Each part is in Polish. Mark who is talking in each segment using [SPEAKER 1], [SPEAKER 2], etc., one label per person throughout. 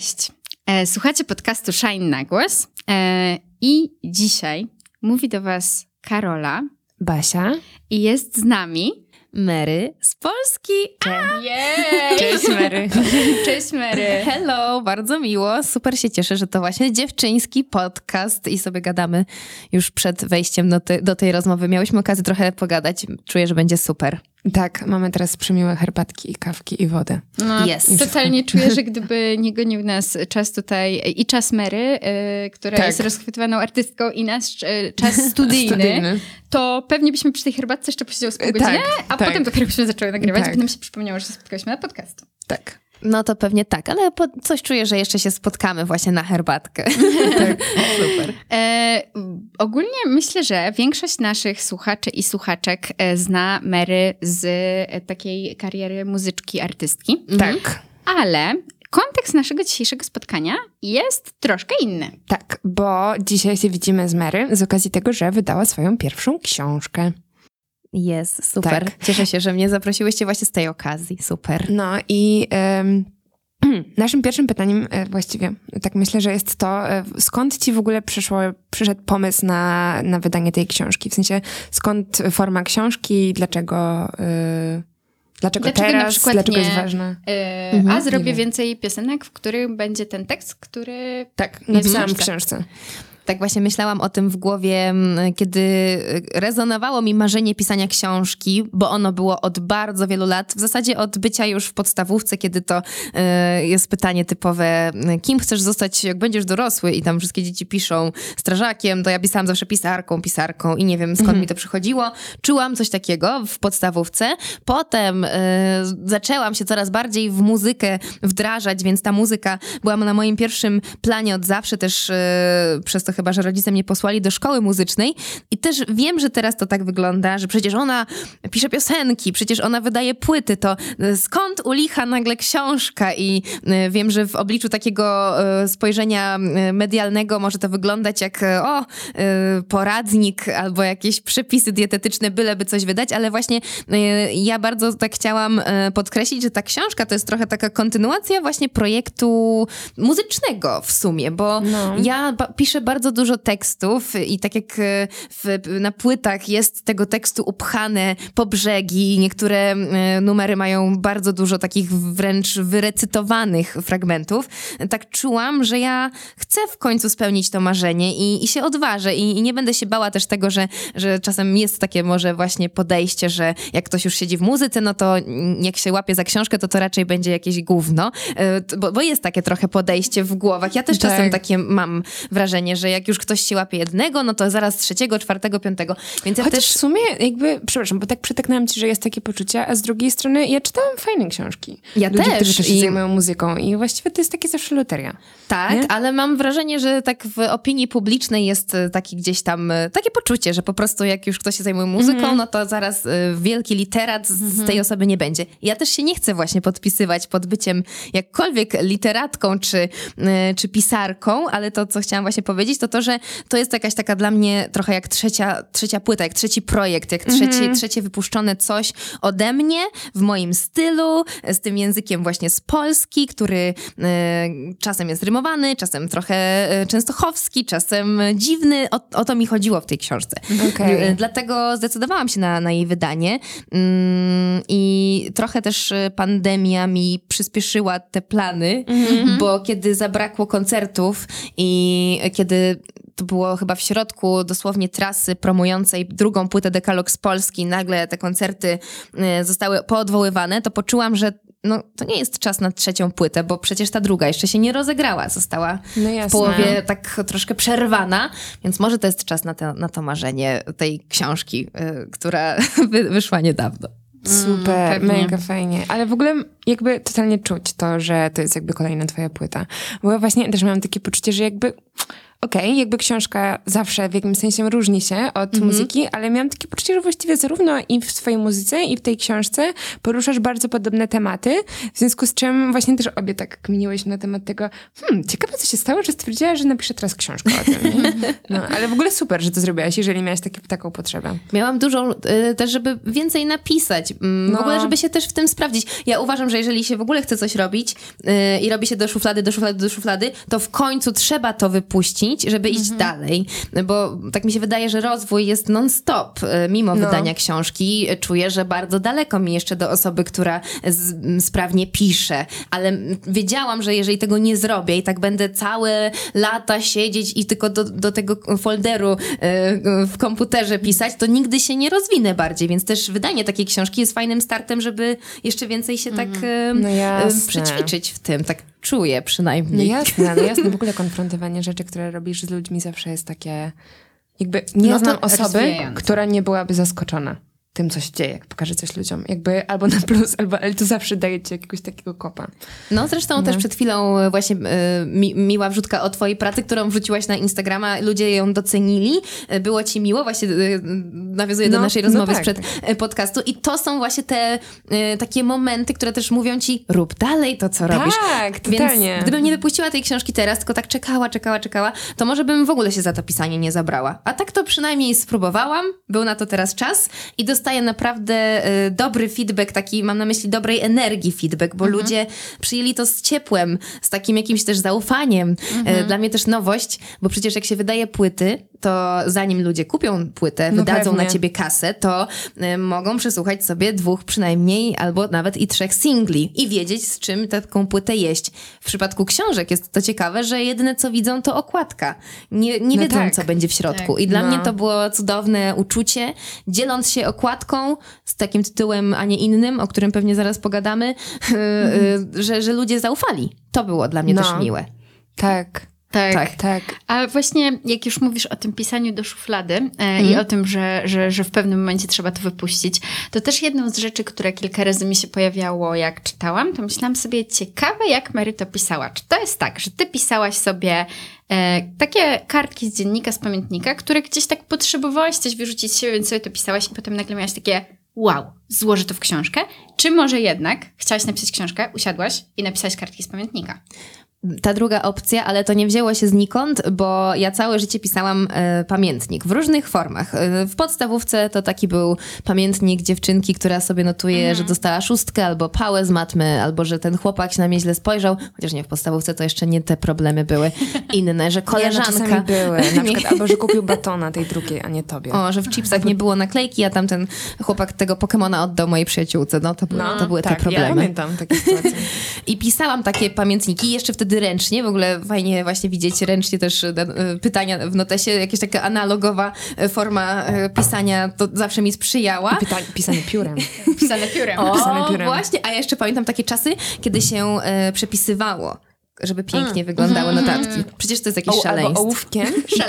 [SPEAKER 1] Cześć. Słuchacie podcastu Shine na głos i dzisiaj mówi do was Karola,
[SPEAKER 2] Basia
[SPEAKER 1] i jest z nami
[SPEAKER 3] Mary z Polski.
[SPEAKER 2] Cześć Mary.
[SPEAKER 1] Cześć Mary.
[SPEAKER 3] Hello, bardzo miło. Super się cieszę, że to właśnie dziewczyński podcast i sobie gadamy już przed wejściem do tej rozmowy. Miałyśmy okazję trochę pogadać. Czuję, że będzie super.
[SPEAKER 2] Tak, mamy teraz przemiłe herbatki i kawki i wodę.
[SPEAKER 1] No,
[SPEAKER 3] Jest.
[SPEAKER 1] Totalnie czuję, że gdyby nie gonił nas czas tutaj i czas Mary, która jest rozchwytywaną artystką, i nasz czas studyjny, to pewnie byśmy przy tej herbatce jeszcze posiedziały z pół godziny, a potem dopiero byśmy zaczęły nagrywać, bo nam się przypomniało, że się spotkałyśmy na podcastu.
[SPEAKER 2] Tak.
[SPEAKER 3] No to pewnie tak, ale coś czuję, że jeszcze się spotkamy właśnie na herbatkę.
[SPEAKER 2] Tak.
[SPEAKER 3] Super.
[SPEAKER 1] Ogólnie myślę, że większość naszych słuchaczy i słuchaczek zna Mary z takiej kariery muzyczki, artystki.
[SPEAKER 2] Tak.
[SPEAKER 1] Ale kontekst naszego dzisiejszego spotkania jest troszkę inny.
[SPEAKER 2] Tak, bo dzisiaj się widzimy z Mary z okazji tego, że wydała swoją pierwszą książkę.
[SPEAKER 3] Jest, super.
[SPEAKER 2] Tak.
[SPEAKER 3] Cieszę się, że mnie zaprosiłyście właśnie z tej okazji. Super.
[SPEAKER 2] No i naszym pierwszym pytaniem właściwie, tak myślę, że jest to, skąd ci w ogóle przyszedł pomysł na wydanie tej książki? W sensie, skąd forma książki, dlaczego teraz,
[SPEAKER 1] na przykład
[SPEAKER 2] dlaczego
[SPEAKER 1] nie,
[SPEAKER 2] jest ważne?
[SPEAKER 1] A zrobię więcej piosenek, w których będzie ten tekst, który...
[SPEAKER 2] Tak, napisałam w książce.
[SPEAKER 3] Tak właśnie myślałam o tym w głowie, kiedy rezonowało mi marzenie pisania książki, bo ono było od bardzo wielu lat, w zasadzie od bycia już w podstawówce, kiedy to jest pytanie typowe, kim chcesz zostać, jak będziesz dorosły, i tam wszystkie dzieci piszą strażakiem, to ja pisałam zawsze pisarką i nie wiem, skąd mi to przychodziło. Czułam coś takiego w podstawówce. Potem zaczęłam się coraz bardziej w muzykę wdrażać, więc ta muzyka była na moim pierwszym planie od zawsze, też przez to chyba, że rodzice mnie posłali do szkoły muzycznej, i też wiem, że teraz to tak wygląda, że przecież ona pisze piosenki, przecież ona wydaje płyty, to skąd u licha nagle książka? I wiem, że w obliczu takiego spojrzenia medialnego może to wyglądać jak poradnik albo jakieś przepisy dietetyczne, byleby coś wydać, ale właśnie ja bardzo tak chciałam podkreślić, że ta książka to jest trochę taka kontynuacja właśnie projektu muzycznego w sumie, bo ja piszę bardzo dużo tekstów i tak jak na płytach jest tego tekstu upchane po brzegi, niektóre numery mają bardzo dużo takich wręcz wyrecytowanych fragmentów, tak czułam, że ja chcę w końcu spełnić to marzenie i się odważę i nie będę się bała też tego, że czasem jest takie może właśnie podejście, że jak ktoś już siedzi w muzyce, no to jak się łapie za książkę, to raczej będzie jakieś gówno, bo jest takie trochę podejście w głowach. Ja też czasem takie mam wrażenie, że jak już ktoś się łapie jednego, no to zaraz trzeciego, czwartego, piątego. Więc ja
[SPEAKER 2] Chociaż
[SPEAKER 3] też
[SPEAKER 2] w sumie jakby, przepraszam, bo tak przytaknęłam ci, że jest takie poczucie, a z drugiej strony ja czytałam fajne książki.
[SPEAKER 3] Ja
[SPEAKER 2] Ludzi,
[SPEAKER 3] też.
[SPEAKER 2] którzy się zajmują muzyką, i właściwie to jest takie zawsze loteria.
[SPEAKER 3] Tak,
[SPEAKER 2] nie?
[SPEAKER 3] ale mam wrażenie, że tak w opinii publicznej jest taki gdzieś tam takie poczucie, że po prostu jak już ktoś się zajmuje muzyką, no to zaraz wielki literat z tej osoby nie będzie. Ja też się nie chcę właśnie podpisywać pod byciem jakkolwiek literatką czy pisarką, ale to, co chciałam właśnie powiedzieć, to, że to jest jakaś taka dla mnie trochę jak trzecia płyta, jak trzeci projekt, jak trzecie wypuszczone coś ode mnie, w moim stylu, z tym językiem właśnie z Polski, który czasem jest rymowany, czasem trochę częstochowski, czasem dziwny. O to mi chodziło w tej książce.
[SPEAKER 2] Okay.
[SPEAKER 3] Dlatego zdecydowałam się na jej wydanie i trochę też pandemia mi przyspieszyła te plany, bo kiedy zabrakło koncertów i kiedy to było chyba w środku dosłownie trasy promującej drugą płytę Dekalog z Polski, nagle te koncerty zostały poodwoływane, to poczułam, że to nie jest czas na trzecią płytę, bo przecież ta druga jeszcze się nie rozegrała, została w połowie tak troszkę przerwana, więc może to jest czas na to marzenie tej książki, która wyszła niedawno.
[SPEAKER 2] Super, mega fajnie. Ale w ogóle jakby totalnie czuć to, że to jest jakby kolejna twoja płyta. Bo ja właśnie też miałam takie poczucie, że jakby jakby książka zawsze w jakimś sensie różni się od muzyki, ale miałam takie poczucie, że właściwie zarówno i w swojej muzyce, i w tej książce poruszasz bardzo podobne tematy, w związku z czym właśnie też obie tak kminiłyśmy na temat tego, ciekawe co się stało, że stwierdziła, że napisze teraz książkę o tym. Nie? No, ale w ogóle super, że to zrobiłaś, jeżeli miałaś taką potrzebę.
[SPEAKER 3] Miałam dużą też, żeby więcej napisać. W ogóle, żeby się też w tym sprawdzić. Ja uważam, że jeżeli się w ogóle chce coś robić i robi się do szuflady, to w końcu trzeba to wypuścić, żeby iść dalej. Bo tak mi się wydaje, że rozwój jest non-stop. Mimo wydania książki czuję, że bardzo daleko mi jeszcze do osoby, która sprawnie pisze. Ale wiedziałam, że jeżeli tego nie zrobię i tak będę całe lata siedzieć i tylko do tego folderu w komputerze pisać, to nigdy się nie rozwinę bardziej, więc też wydanie takiej książki jest fajnym startem, żeby jeszcze więcej się tak przećwiczyć w tym, tak czuję przynajmniej.
[SPEAKER 2] No jasne, w ogóle konfrontowanie rzeczy, które robisz z ludźmi zawsze jest takie, jakby nie znam osoby, która nie byłaby zaskoczona tym, co się dzieje, jak pokaże coś ludziom. Jakby albo na plus, ale to zawsze daje ci jakiegoś takiego kopa.
[SPEAKER 3] No zresztą też przed chwilą właśnie miła wrzutka o twojej pracy, którą wrzuciłaś na Instagrama. Ludzie ją docenili. Było ci miło. Właśnie nawiązuję do naszej rozmowy sprzed podcastu. I to są właśnie te takie momenty, które też mówią ci, rób dalej to, co robisz.
[SPEAKER 2] Tak, totalnie.
[SPEAKER 3] Więc gdybym nie wypuściła tej książki teraz, tylko tak czekała, to może bym w ogóle się za to pisanie nie zabrała. A tak to przynajmniej spróbowałam. Był na to teraz czas i dostaję naprawdę dobry feedback, taki mam na myśli dobrej energii feedback, bo ludzie przyjęli to z ciepłem, z takim jakimś też zaufaniem. Dla mnie też nowość, bo przecież jak się wydaje płyty, to zanim ludzie kupią płytę, wydadzą na ciebie kasę, to mogą przesłuchać sobie 2 przynajmniej, albo nawet i 3 singli i wiedzieć, z czym taką płytę jeść. W przypadku książek jest to ciekawe, że jedyne co widzą to okładka. Nie wiedzą, co będzie w środku. I dla mnie to było cudowne uczucie, dzieląc się okładką z takim tytułem, a nie innym, o którym pewnie zaraz pogadamy, że ludzie zaufali. To było dla mnie też miłe.
[SPEAKER 2] Tak.
[SPEAKER 1] A właśnie jak już mówisz o tym pisaniu do szuflady i o tym, że w pewnym momencie trzeba to wypuścić, to też jedną z rzeczy, które kilka razy mi się pojawiało, jak czytałam, to myślałam sobie, ciekawe jak Mary to pisała. Czy to jest tak, że ty pisałaś sobie takie kartki z dziennika, z pamiętnika, które gdzieś tak potrzebowałaś coś wyrzucić z siebie, więc sobie to pisałaś i potem nagle miałaś takie wow, złożę to w książkę? Czy może jednak chciałaś napisać książkę, usiadłaś i napisałaś kartki z pamiętnika?
[SPEAKER 3] Ta druga opcja, ale to nie wzięło się znikąd, bo ja całe życie pisałam pamiętnik w różnych formach. W podstawówce to taki był pamiętnik dziewczynki, która sobie notuje, że dostała 6 albo pałę z matmy, albo że ten chłopak się na mnie źle spojrzał. Chociaż nie, w podstawówce to jeszcze nie te problemy były inne, że koleżanka...
[SPEAKER 2] były, na przykład, albo że kupił batona tej drugiej, a nie tobie.
[SPEAKER 3] O, że w chipsach nie było naklejki, a tamten chłopak tego Pokemona oddał mojej przyjaciółce. No to były te problemy.
[SPEAKER 2] Ja pamiętam takie sytuacje.
[SPEAKER 3] I pisałam takie pamiętniki, jeszcze wtedy ręcznie, w ogóle fajnie właśnie widzieć ręcznie też pytania w notesie, jakaś taka analogowa forma pisania, to zawsze mi sprzyjała.
[SPEAKER 2] Pisane piórem.
[SPEAKER 1] Pisane piórem.
[SPEAKER 3] Pisane piórem. Właśnie, a ja jeszcze pamiętam takie czasy, kiedy się przepisywało, żeby pięknie wyglądały notatki. Przecież to jest jakieś szaleństwo.
[SPEAKER 2] Albo ołówkiem.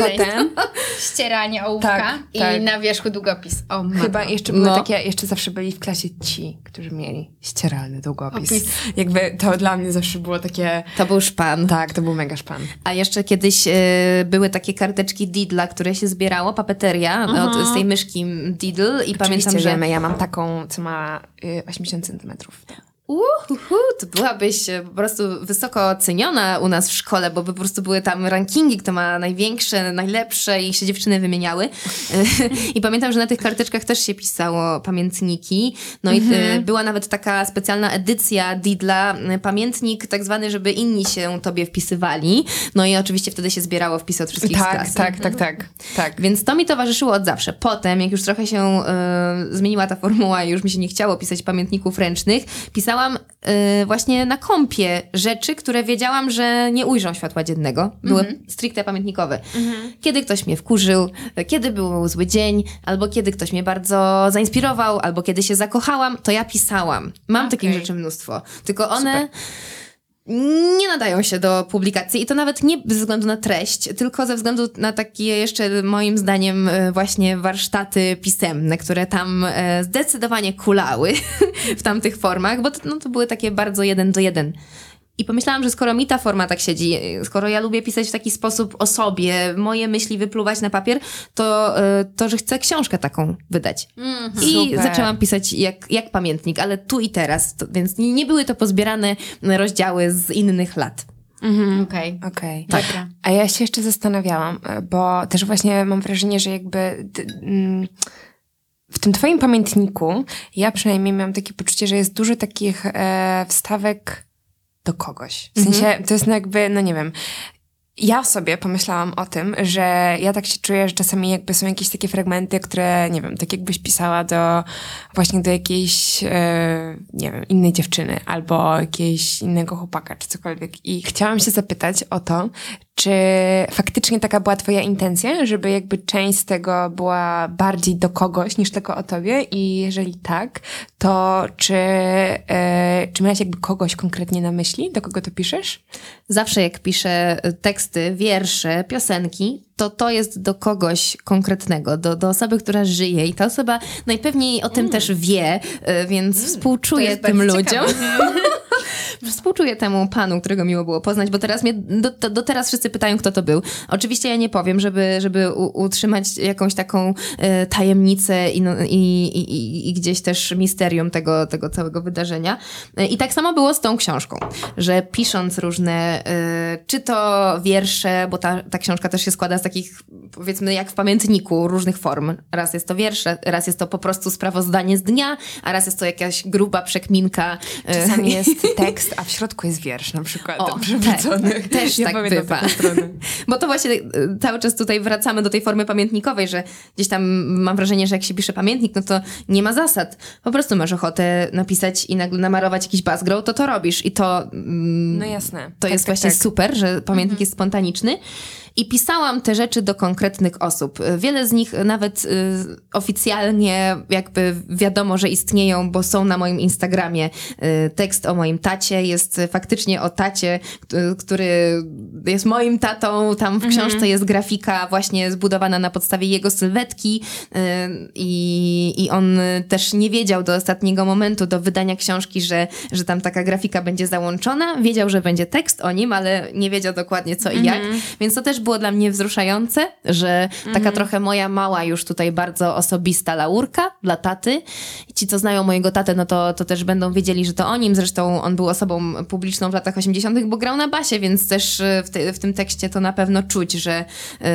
[SPEAKER 1] Ścieranie ołówka i na wierzchu długopis.
[SPEAKER 2] Chyba jeszcze były takie, jeszcze zawsze byli w klasie ci, którzy mieli ścieralny długopis. Jakby to dla mnie zawsze było takie...
[SPEAKER 3] To był szpan.
[SPEAKER 2] Tak, to był mega szpan.
[SPEAKER 3] A jeszcze kiedyś były takie karteczki Didla, które się zbierało, papeteria z tej myszki Diddle i
[SPEAKER 2] oczywiście
[SPEAKER 3] pamiętam, że...
[SPEAKER 2] wiemy, ja mam taką, co ma 80 centymetrów.
[SPEAKER 3] To byłabyś po prostu wysoko oceniona u nas w szkole, bo po prostu były tam rankingi, kto ma największe, najlepsze i się dziewczyny wymieniały. I pamiętam, że na tych karteczkach też się pisało pamiętniki. No i była nawet taka specjalna edycja Didla, pamiętnik tak zwany, żeby inni się tobie wpisywali. No i oczywiście wtedy się zbierało wpisy od wszystkich z klasy.
[SPEAKER 2] Tak.
[SPEAKER 3] Więc to mi towarzyszyło od zawsze. Potem, jak już trochę się zmieniła ta formuła i już mi się nie chciało pisać pamiętników ręcznych, pisałam właśnie na kompie rzeczy, które wiedziałam, że nie ujrzą światła dziennego. Były stricte pamiętnikowe. Kiedy ktoś mnie wkurzył, kiedy był zły dzień, albo kiedy ktoś mnie bardzo zainspirował, albo kiedy się zakochałam, to ja pisałam. Mam takich rzeczy mnóstwo. Tylko one... nie nadają się do publikacji i to nawet nie ze względu na treść, tylko ze względu na takie jeszcze moim zdaniem właśnie warsztaty pisemne, które tam zdecydowanie kulały w tamtych formach, bo to były takie bardzo 1 do 1 I pomyślałam, że skoro mi ta forma tak siedzi, skoro ja lubię pisać w taki sposób o sobie, moje myśli wypluwać na papier, to że chcę książkę taką wydać. I
[SPEAKER 2] Super.
[SPEAKER 3] zaczęłam pisać jak pamiętnik, ale tu i teraz, więc nie były to pozbierane rozdziały z innych lat.
[SPEAKER 2] Okej.
[SPEAKER 3] Tak.
[SPEAKER 2] A ja się jeszcze zastanawiałam, bo też właśnie mam wrażenie, że jakby w tym twoim pamiętniku ja przynajmniej miałam takie poczucie, że jest dużo takich wstawek do kogoś. W sensie to jest jakby, no nie wiem, ja sobie pomyślałam o tym, że ja tak się czuję, że czasami jakby są jakieś takie fragmenty, które, nie wiem, tak jakbyś pisała właśnie do jakiejś, nie wiem, innej dziewczyny albo jakiegoś innego chłopaka czy cokolwiek. I chciałam się zapytać o to, czy faktycznie taka była twoja intencja, żeby jakby część z tego była bardziej do kogoś niż tylko o tobie? I jeżeli tak, to czy miałaś jakby kogoś konkretnie na myśli? Do kogo to piszesz?
[SPEAKER 3] Zawsze jak piszę teksty, wiersze, piosenki, to jest do kogoś konkretnego, do osoby, która żyje i ta osoba najpewniej o tym też wie, więc współczuję tym ludziom. Współczuję temu panu, którego miło było poznać, bo teraz mnie do teraz wszyscy pytają, kto to był. Oczywiście ja nie powiem, żeby utrzymać jakąś taką tajemnicę i gdzieś też misterium tego całego wydarzenia. I tak samo było z tą książką, że pisząc różne, czy to wiersze, bo ta książka też się składa z takich, powiedzmy, jak w pamiętniku, różnych form. Raz jest to wiersze, raz jest to po prostu sprawozdanie z dnia, a raz jest to jakaś gruba przekminka.
[SPEAKER 2] Czasami jest tekst, a w środku jest wiersz na przykład. Przewrócony.
[SPEAKER 3] Tak, też ja tak bywa. Bo to właśnie cały czas tutaj wracamy do tej formy pamiętnikowej, że gdzieś tam mam wrażenie, że jak się pisze pamiętnik, no to nie ma zasad. Po prostu masz ochotę napisać i nagle namarować jakiś background, to robisz. I to
[SPEAKER 2] no jasne.
[SPEAKER 3] To jest właśnie super, że pamiętnik jest spontaniczny. I pisałam te rzeczy do konkretnych osób. Wiele z nich nawet oficjalnie jakby wiadomo, że istnieją, bo są na moim Instagramie. Tekst o moim tacie jest faktycznie o tacie, który jest moim tatą. Tam w książce jest grafika właśnie zbudowana na podstawie jego sylwetki i on też nie wiedział do ostatniego momentu, do wydania książki, że tam taka grafika będzie załączona. Wiedział, że będzie tekst o nim, ale nie wiedział dokładnie co i jak. Więc to też było dla mnie wzruszające, że taka trochę moja mała już tutaj bardzo osobista laurka dla taty. Ci, co znają mojego tatę, no to też będą wiedzieli, że to o nim. Zresztą on był osobą publiczną w latach 80., bo grał na basie, więc też w tym tekście to na pewno czuć, że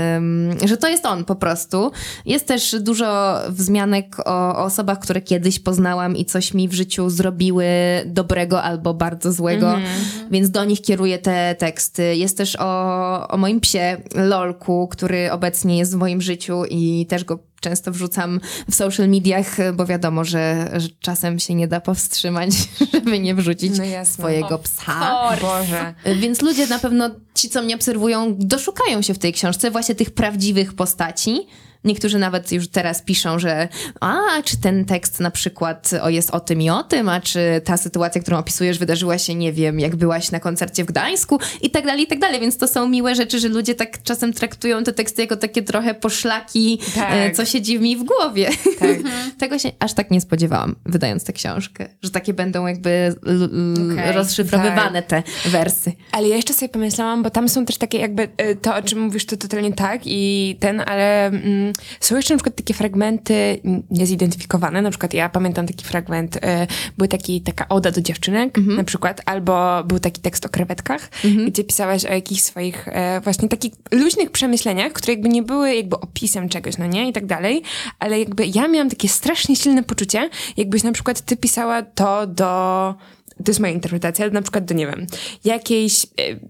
[SPEAKER 3] to jest on po prostu. Jest też dużo wzmianek o osobach, które kiedyś poznałam i coś mi w życiu zrobiły dobrego albo bardzo złego, więc do nich kieruję te teksty. Jest też o moim psie, Lolku, który obecnie jest w moim życiu i też go często wrzucam w social mediach, bo wiadomo, że czasem się nie da powstrzymać, żeby nie wrzucić swojego psa.
[SPEAKER 2] Boże.
[SPEAKER 3] Więc ludzie na pewno, ci co mnie obserwują, doszukają się w tej książce właśnie tych prawdziwych postaci. Niektórzy nawet już teraz piszą, że czy ten tekst na przykład jest o tym i o tym, a czy ta sytuacja, którą opisujesz, wydarzyła się, nie wiem, jak byłaś na koncercie w Gdańsku i tak dalej, i tak dalej. Więc to są miłe rzeczy, że ludzie tak czasem traktują te teksty jako takie trochę poszlaki, co siedzi mi w głowie. Tak. Tego się aż tak nie spodziewałam, wydając tę książkę, że takie będą jakby rozszyfrowywane te wersy.
[SPEAKER 2] Ale ja jeszcze sobie pomyślałam, bo tam są też takie jakby to, o czym mówisz, to totalnie tak ale są jeszcze na przykład takie fragmenty niezidentyfikowane, na przykład ja pamiętam taki fragment, była taka oda do dziewczynek na przykład, albo był taki tekst o krewetkach, gdzie pisałaś o jakichś swoich właśnie takich luźnych przemyśleniach, które jakby nie były jakby opisem czegoś, no nie, i tak dalej, ale jakby ja miałam takie strasznie silne poczucie, jakbyś na przykład ty pisała to jest moja interpretacja, na przykład do, nie wiem, jakiejś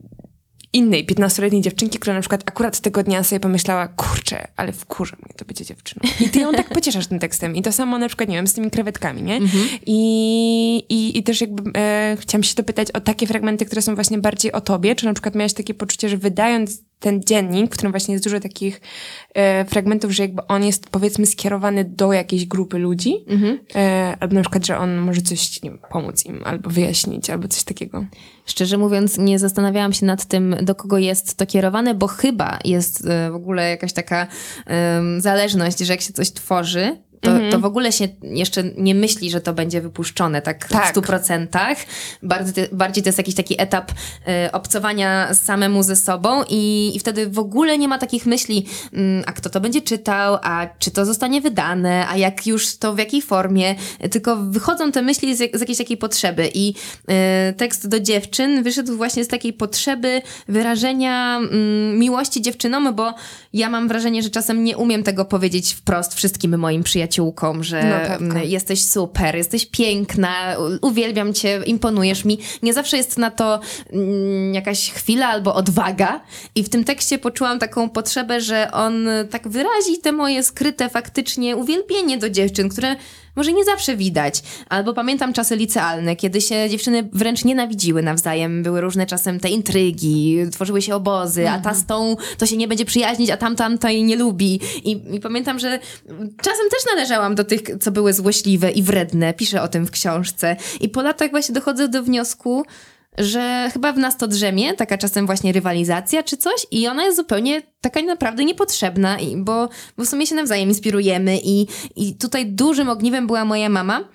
[SPEAKER 2] innej 15-letniej dziewczynki, która na przykład akurat tego dnia sobie pomyślała, kurczę, ale wkurza mnie to bycie dziewczyną. I ty ją tak pocieszasz tym tekstem. I to samo na przykład, nie wiem, z tymi krewetkami, nie? I też jakby chciałam się dopytać o takie fragmenty, które są właśnie bardziej o tobie, czy na przykład miałaś takie poczucie, że wydając ten dziennik, w którym właśnie jest dużo takich fragmentów, że jakby on jest, powiedzmy, skierowany do jakiejś grupy ludzi, albo na przykład, że on może coś, nie wiem, pomóc im, albo wyjaśnić, albo coś takiego.
[SPEAKER 3] Szczerze mówiąc, nie zastanawiałam się nad tym, do kogo jest to kierowane, bo chyba jest w ogóle jakaś taka zależność, że jak się coś tworzy, to w ogóle się jeszcze nie myśli, że to będzie wypuszczone tak. W 100%. Bardziej to jest jakiś taki etap obcowania samemu ze sobą i wtedy w ogóle nie ma takich myśli, a kto to będzie czytał, a czy to zostanie wydane, a jak już to w jakiej formie, tylko wychodzą te myśli z jakiejś takiej potrzeby i tekst do dziewczyn wyszedł właśnie z takiej potrzeby wyrażenia miłości dziewczynom, bo ja mam wrażenie, że czasem nie umiem tego powiedzieć wprost wszystkim moim przyjaciółkom, że jesteś super, jesteś piękna, uwielbiam cię, imponujesz mi. Nie zawsze jest na to jakaś chwila albo odwaga i w tym tekście poczułam taką potrzebę, że on tak wyrazi te moje skryte faktycznie uwielbienie do dziewczyn, które może nie zawsze widać. Albo pamiętam czasy licealne, kiedy się dziewczyny wręcz nienawidziły nawzajem. Były różne czasem te intrygi, tworzyły się obozy, a ta z tą to się nie będzie przyjaźnić, a tamta jej nie lubi. I pamiętam, że czasem też należałam do tych, co były złośliwe i wredne. Piszę o tym w książce. I po latach właśnie dochodzę do wniosku, że chyba w nas to drzemie, taka czasem właśnie rywalizacja czy coś i ona jest zupełnie taka naprawdę niepotrzebna, bo w sumie się nawzajem inspirujemy i tutaj dużym ogniwem była moja mama,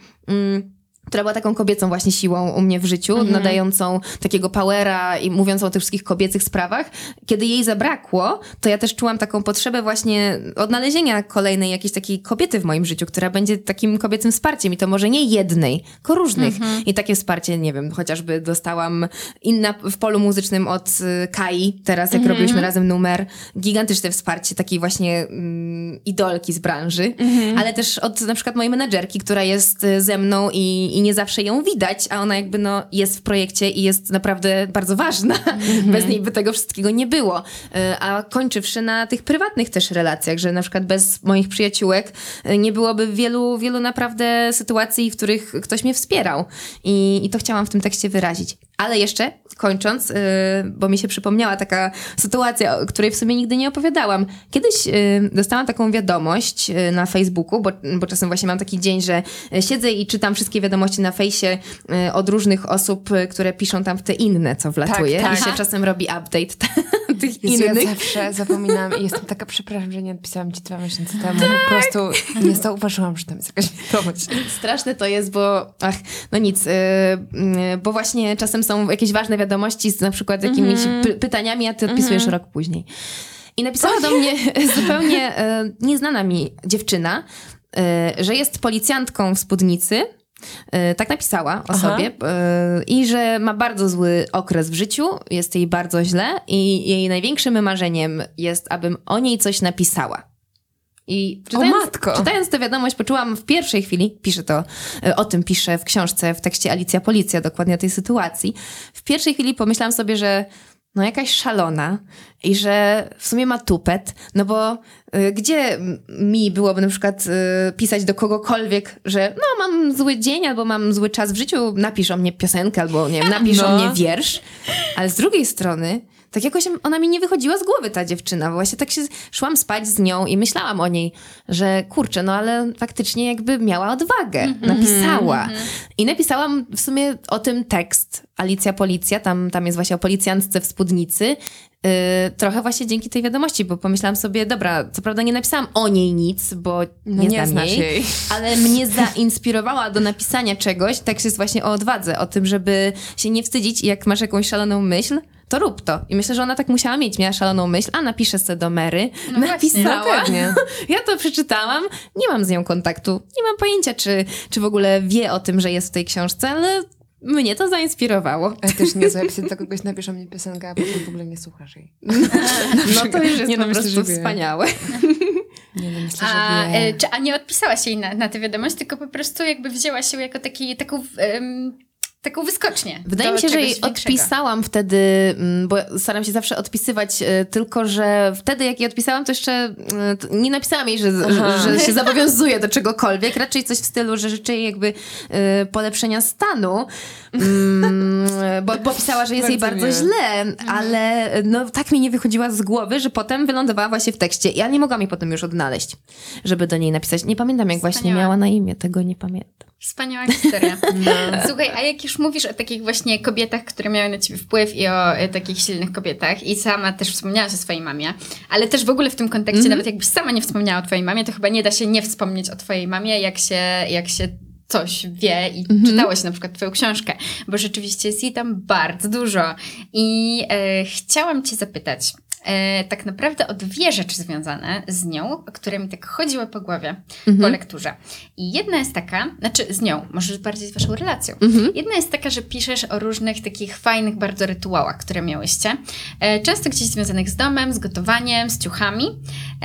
[SPEAKER 3] która była taką kobiecą właśnie siłą u mnie w życiu, nadającą takiego powera i mówiącą o tych wszystkich kobiecych sprawach. Kiedy jej zabrakło, to ja też czułam taką potrzebę właśnie odnalezienia kolejnej jakiejś takiej kobiety w moim życiu, która będzie takim kobiecym wsparciem i to może nie jednej, tylko różnych. I takie wsparcie, nie wiem, chociażby dostałam w polu muzycznym od Kai, teraz jak robiliśmy razem numer, gigantyczne wsparcie takiej właśnie idolki z branży, ale też od na przykład mojej menadżerki, która jest ze mną i nie zawsze ją widać, a ona jakby jest w projekcie i jest naprawdę bardzo ważna. Bez niej by tego wszystkiego nie było. A kończywszy na tych prywatnych też relacjach, że na przykład bez moich przyjaciółek nie byłoby wielu naprawdę sytuacji, w których ktoś mnie wspierał. I to chciałam w tym tekście wyrazić. Ale jeszcze kończąc, bo mi się przypomniała taka sytuacja, o której w sumie nigdy nie opowiadałam. Kiedyś dostałam taką wiadomość na Facebooku, bo czasem właśnie mam taki dzień, że siedzę i czytam wszystkie wiadomości na fejsie od różnych osób, które piszą tam w te inne, co wlatuje. I się czasem robi update tych innych.
[SPEAKER 2] Ja zawsze zapominam i jestem taka, przepraszam, że nie odpisałam ci 2 miesiące temu. Po prostu nie zauważyłam, że tam jest jakaś wiadomość.
[SPEAKER 3] Straszne to jest, bo no nic, bo właśnie czasem są jakieś ważne wiadomości z na przykład jakimiś pytaniami, a ty odpisujesz rok później. I napisała do mnie zupełnie nieznana mi dziewczyna, że jest policjantką w spódnicy. Tak napisała o sobie i że ma bardzo zły okres w życiu, jest jej bardzo źle i jej największym marzeniem jest, abym o niej coś napisała. I czytając tę wiadomość poczułam w pierwszej chwili, o tym piszę w książce, w tekście Alicja Policja, dokładnie o tej sytuacji. W pierwszej chwili pomyślałam sobie, że no jakaś szalona i że w sumie ma tupet, no bo gdzie mi byłoby na przykład pisać do kogokolwiek, że no mam zły dzień albo mam zły czas w życiu, napisz o mnie piosenkę albo nie wiem, napisz o mnie wiersz, ale z drugiej strony tak jakoś ona mi nie wychodziła z głowy, ta dziewczyna. Bo właśnie tak się szłam spać z nią i myślałam o niej, że kurczę, no ale faktycznie jakby miała odwagę. Napisała. I napisałam w sumie o tym tekst Alicja Policja. Tam jest właśnie o policjantce w spódnicy. Trochę właśnie dzięki tej wiadomości, bo pomyślałam sobie, dobra, co prawda nie napisałam o niej nic, bo nie znam jej, ale mnie zainspirowała do napisania czegoś. Tekst jest właśnie o odwadze, o tym, żeby się nie wstydzić i jak masz jakąś szaloną myśl, to rób to. I myślę, że ona tak musiała mieć. Miała szaloną myśl, a napiszę sobie do Mary.
[SPEAKER 1] No
[SPEAKER 3] napisała.
[SPEAKER 1] Właśnie,
[SPEAKER 3] ja to przeczytałam. Nie mam z nią kontaktu. Nie mam pojęcia, czy w ogóle wie o tym, że jest w tej książce, ale mnie to zainspirowało.
[SPEAKER 2] Ale też nie jak się do kogoś napisz o mnie piosenkę, a potem w ogóle nie słuchasz jej.
[SPEAKER 3] No to już jest po prostu wspaniałe.
[SPEAKER 2] Nie, no myślę, że
[SPEAKER 1] A nie odpisałaś jej na tę wiadomość, tylko po prostu jakby wzięła się jako taką wyskocznię.
[SPEAKER 3] Wydaje mi się, że jej odpisałam wtedy, bo staram się zawsze odpisywać, tylko że wtedy jak jej odpisałam, to jeszcze nie napisałam jej, że się zobowiązuję do czegokolwiek. Raczej coś w stylu, że życzę jej jakby polepszenia stanu, bo pisała, że jest jej bardzo źle, ale no tak mi nie wychodziła z głowy, że potem wylądowała właśnie w tekście. Ja nie mogłam jej potem już odnaleźć, żeby do niej napisać. Nie pamiętam, jak właśnie miała na imię, tego nie pamiętam.
[SPEAKER 1] Wspaniała historia. Słuchaj, a jak już mówisz o takich właśnie kobietach, które miały na ciebie wpływ i o takich silnych kobietach i sama też wspomniałaś o swojej mamie, ale też w ogóle w tym kontekście, nawet jakbyś sama nie wspomniała o twojej mamie, to chyba nie da się nie wspomnieć o twojej mamie, jak się coś wie i czytało się na przykład twoją książkę, bo rzeczywiście jest jej tam bardzo dużo. I chciałam cię zapytać, tak naprawdę o dwie rzeczy związane z nią, które mi tak chodziły po głowie po lekturze. I jedna jest taka, znaczy z nią, może bardziej z waszą relacją. Jedna jest taka, że piszesz o różnych takich fajnych bardzo rytuałach, które miałyście. Często gdzieś związanych z domem, z gotowaniem, z ciuchami.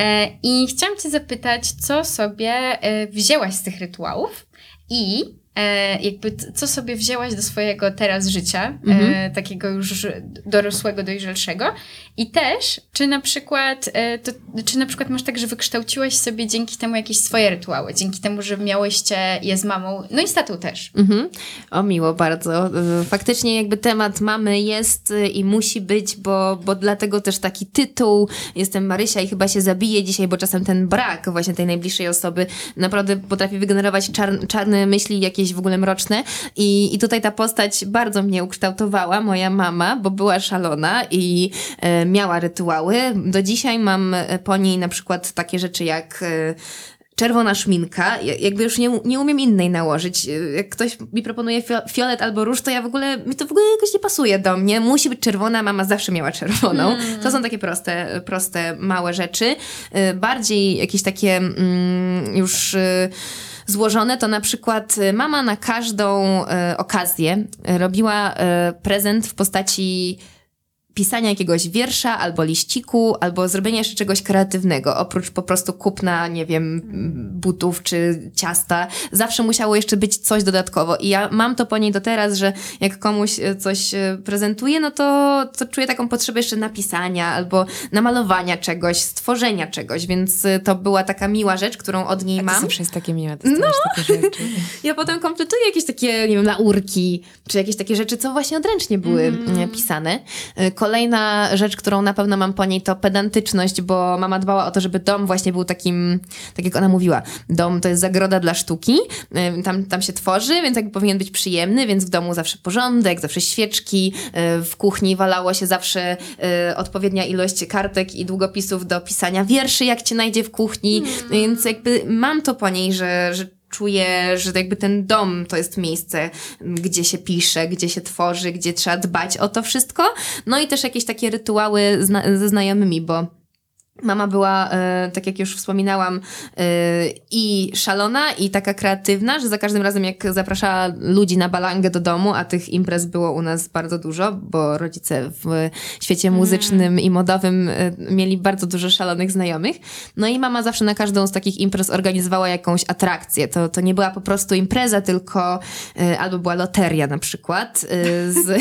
[SPEAKER 1] I chciałam cię zapytać, co sobie wzięłaś z tych rytuałów i jakby co sobie wzięłaś do swojego teraz życia, takiego już dorosłego, dojrzalszego i też, czy na przykład masz tak, że wykształciłaś sobie dzięki temu jakieś swoje rytuały, dzięki temu, że miałyście je z mamą, no i z tatą też.
[SPEAKER 3] O, miło bardzo. Faktycznie jakby temat mamy jest i musi być, bo dlatego też taki tytuł. Jestem Marysia i chyba się zabiję dzisiaj, bo czasem ten brak właśnie tej najbliższej osoby naprawdę potrafi wygenerować czarne myśli, jakieś w ogóle mroczne. I tutaj ta postać bardzo mnie ukształtowała, moja mama, bo była szalona i miała rytuały. Do dzisiaj mam po niej na przykład takie rzeczy jak czerwona szminka, jakby już nie umiem innej nałożyć. Jak ktoś mi proponuje fiolet albo róż, to mi to w ogóle jakoś nie pasuje do mnie. Musi być czerwona, mama zawsze miała czerwoną. To są takie proste, małe rzeczy. Bardziej jakieś takie już złożone, to na przykład mama na każdą okazję robiła prezent w postaci pisania jakiegoś wiersza, albo liściku, albo zrobienia jeszcze czegoś kreatywnego, oprócz po prostu kupna, nie wiem, butów czy ciasta. Zawsze musiało jeszcze być coś dodatkowo i ja mam to po niej do teraz, że jak komuś coś prezentuję, no to czuję taką potrzebę jeszcze napisania, albo namalowania czegoś, stworzenia czegoś, więc to była taka miła rzecz, którą od niej mam.
[SPEAKER 2] To zawsze jest takie miłe, takie rzeczy.
[SPEAKER 3] Ja potem kompletuję jakieś takie, nie wiem, laurki, czy jakieś takie rzeczy, co właśnie odręcznie były pisane. Kolejna rzecz, którą na pewno mam po niej, to pedantyczność, bo mama dbała o to, żeby dom właśnie był takim, tak jak ona mówiła, dom to jest zagroda dla sztuki, tam się tworzy, więc jakby powinien być przyjemny, więc w domu zawsze porządek, zawsze świeczki, w kuchni walało się zawsze odpowiednia ilość kartek i długopisów do pisania wierszy, jak cię najdzie w kuchni, więc jakby mam to po niej, że czuję, że jakby ten dom to jest miejsce, gdzie się pisze, gdzie się tworzy, gdzie trzeba dbać o to wszystko. No i też jakieś takie rytuały ze znajomymi, bo mama była, tak jak już wspominałam, i szalona, i taka kreatywna, że za każdym razem jak zapraszała ludzi na balangę do domu, a tych imprez było u nas bardzo dużo, bo rodzice w świecie muzycznym i modowym mieli bardzo dużo szalonych znajomych. No i mama zawsze na każdą z takich imprez organizowała jakąś atrakcję. To nie była po prostu impreza, tylko albo była loteria na przykład z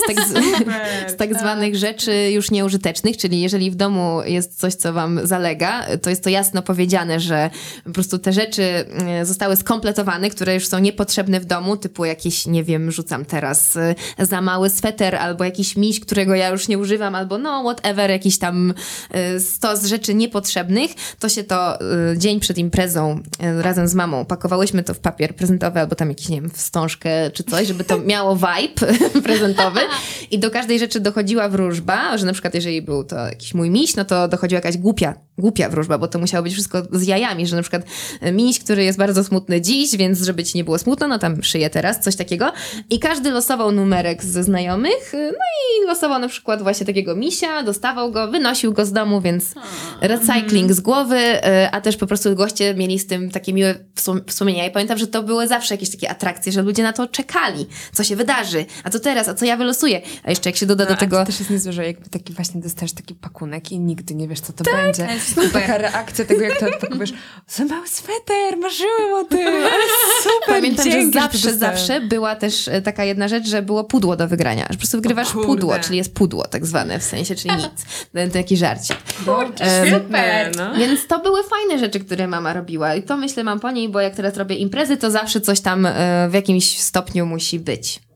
[SPEAKER 3] tak zwanych rzeczy już nieużytecznych, czyli jeżeli w domu jest coś, co wam zalega, to jest to jasno powiedziane, że po prostu te rzeczy zostały skompletowane, które już są niepotrzebne w domu, typu jakiś, nie wiem, rzucam teraz za mały sweter, albo jakiś miś, którego ja już nie używam, albo no whatever, jakiś tam stos rzeczy niepotrzebnych, to się to dzień przed imprezą razem z mamą pakowałyśmy to w papier prezentowy, albo tam jakiś, nie wiem, wstążkę czy coś, żeby to miało vibe prezentowy i do każdej rzeczy dochodziła wróżba, że na przykład jeżeli był to jakiś mój miś, no to dochodziła jakaś głupia wróżba, bo to musiało być wszystko z jajami, że na przykład miś, który jest bardzo smutny dziś, więc żeby ci nie było smutno, no tam szyję teraz, coś takiego. I każdy losował numerek ze znajomych, no i losował na przykład właśnie takiego misia, dostawał go, wynosił go z domu, więc recycling z głowy, a też po prostu goście mieli z tym takie miłe wspomnienia. I pamiętam, że to były zawsze jakieś takie atrakcje, że ludzie na to czekali, co się wydarzy, a co teraz, a co ja wylosuję. A jeszcze jak się doda do tego...
[SPEAKER 2] To też jest niezłe, że jakby taki właśnie dostajesz taki pakunek i nigdy nie wiesz, co to będzie. Taka reakcja tego, jak to odpakujesz. Za mały sweter, marzyłem o tym, ale super,
[SPEAKER 3] pamiętam, że zawsze była też taka jedna rzecz, że było pudło do wygrania. Że po prostu wygrywasz pudło, czyli jest pudło tak zwane, w sensie, czyli nic. To jakiś żarcik.
[SPEAKER 1] Super!
[SPEAKER 3] No. Więc to były fajne rzeczy, które mama robiła. I to myślę mam po niej, bo jak teraz robię imprezy, to zawsze coś tam w jakimś stopniu musi być.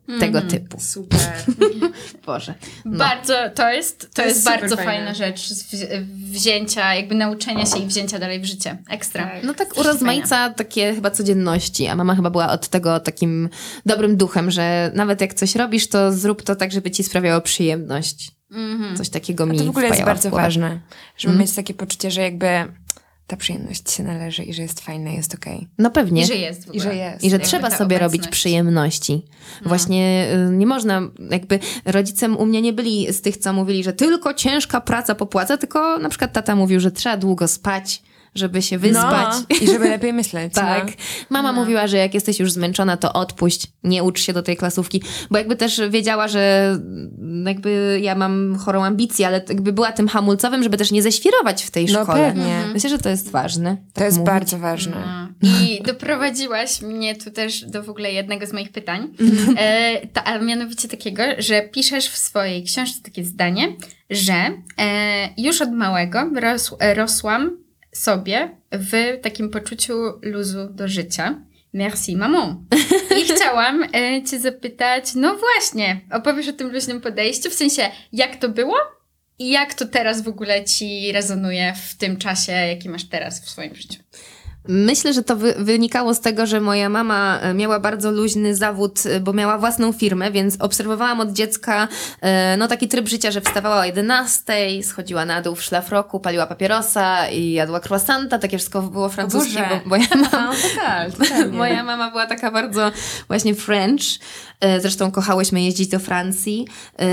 [SPEAKER 3] tego typu.
[SPEAKER 2] Super.
[SPEAKER 3] Boże. No.
[SPEAKER 1] Bardzo, to jest bardzo
[SPEAKER 2] fajne.
[SPEAKER 1] fajna rzecz wzięcia, jakby nauczenia się i wzięcia dalej w życie. Ekstra.
[SPEAKER 3] No tak urozmaica takie chyba codzienności, a mama chyba była od tego takim dobrym duchem, że nawet jak coś robisz, to zrób to tak, żeby ci sprawiało przyjemność. Coś takiego mi
[SPEAKER 2] to w ogóle jest
[SPEAKER 3] wpajało
[SPEAKER 2] bardzo
[SPEAKER 3] w głowę.
[SPEAKER 2] ważne, żeby mieć takie poczucie, że jakby ta przyjemność się należy i że jest fajne, jest okej.
[SPEAKER 3] No pewnie.
[SPEAKER 1] I że jest w ogóle.
[SPEAKER 2] I że jest.
[SPEAKER 3] I że
[SPEAKER 1] Jakby
[SPEAKER 3] trzeba
[SPEAKER 1] ta
[SPEAKER 3] sobie
[SPEAKER 1] obecność.
[SPEAKER 3] robić przyjemności. Właśnie nie można, jakby rodzicem u mnie nie byli z tych, co mówili, że tylko ciężka praca popłaca, tylko na przykład tata mówił, że trzeba długo spać, żeby się wyspać.
[SPEAKER 2] No, i żeby lepiej myśleć.
[SPEAKER 3] Tak.
[SPEAKER 2] No.
[SPEAKER 3] Mama mówiła, że jak jesteś już zmęczona, to odpuść, nie ucz się do tej klasówki, bo jakby też wiedziała, że jakby ja mam chorą ambicję, ale jakby była tym hamulcowym, żeby też nie ześwirować w tej
[SPEAKER 2] No
[SPEAKER 3] szkole.
[SPEAKER 2] pewnie.
[SPEAKER 3] Myślę, że to jest ważne.
[SPEAKER 2] To jest
[SPEAKER 3] mówić.
[SPEAKER 2] bardzo ważne.
[SPEAKER 1] I doprowadziłaś mnie tu też do w ogóle jednego z moich pytań, a mianowicie takiego, że piszesz w swojej książce takie zdanie, że już od małego rosłam sobie w takim poczuciu luzu do życia. Merci, maman. I chciałam cię zapytać, no właśnie, opowiesz o tym luźnym podejściu, w sensie jak to było i jak to teraz w ogóle ci rezonuje w tym czasie, jaki masz teraz w swoim życiu.
[SPEAKER 3] Myślę, że to wynikało z tego, że moja mama miała bardzo luźny zawód, bo miała własną firmę, więc obserwowałam od dziecka no taki tryb życia, że wstawała o 11:00, schodziła na dół w szlafroku, paliła papierosa i jadła croissanta, takie wszystko było francuskie, bo moja mama była taka bardzo właśnie French. Zresztą kochałyśmy jeździć do Francji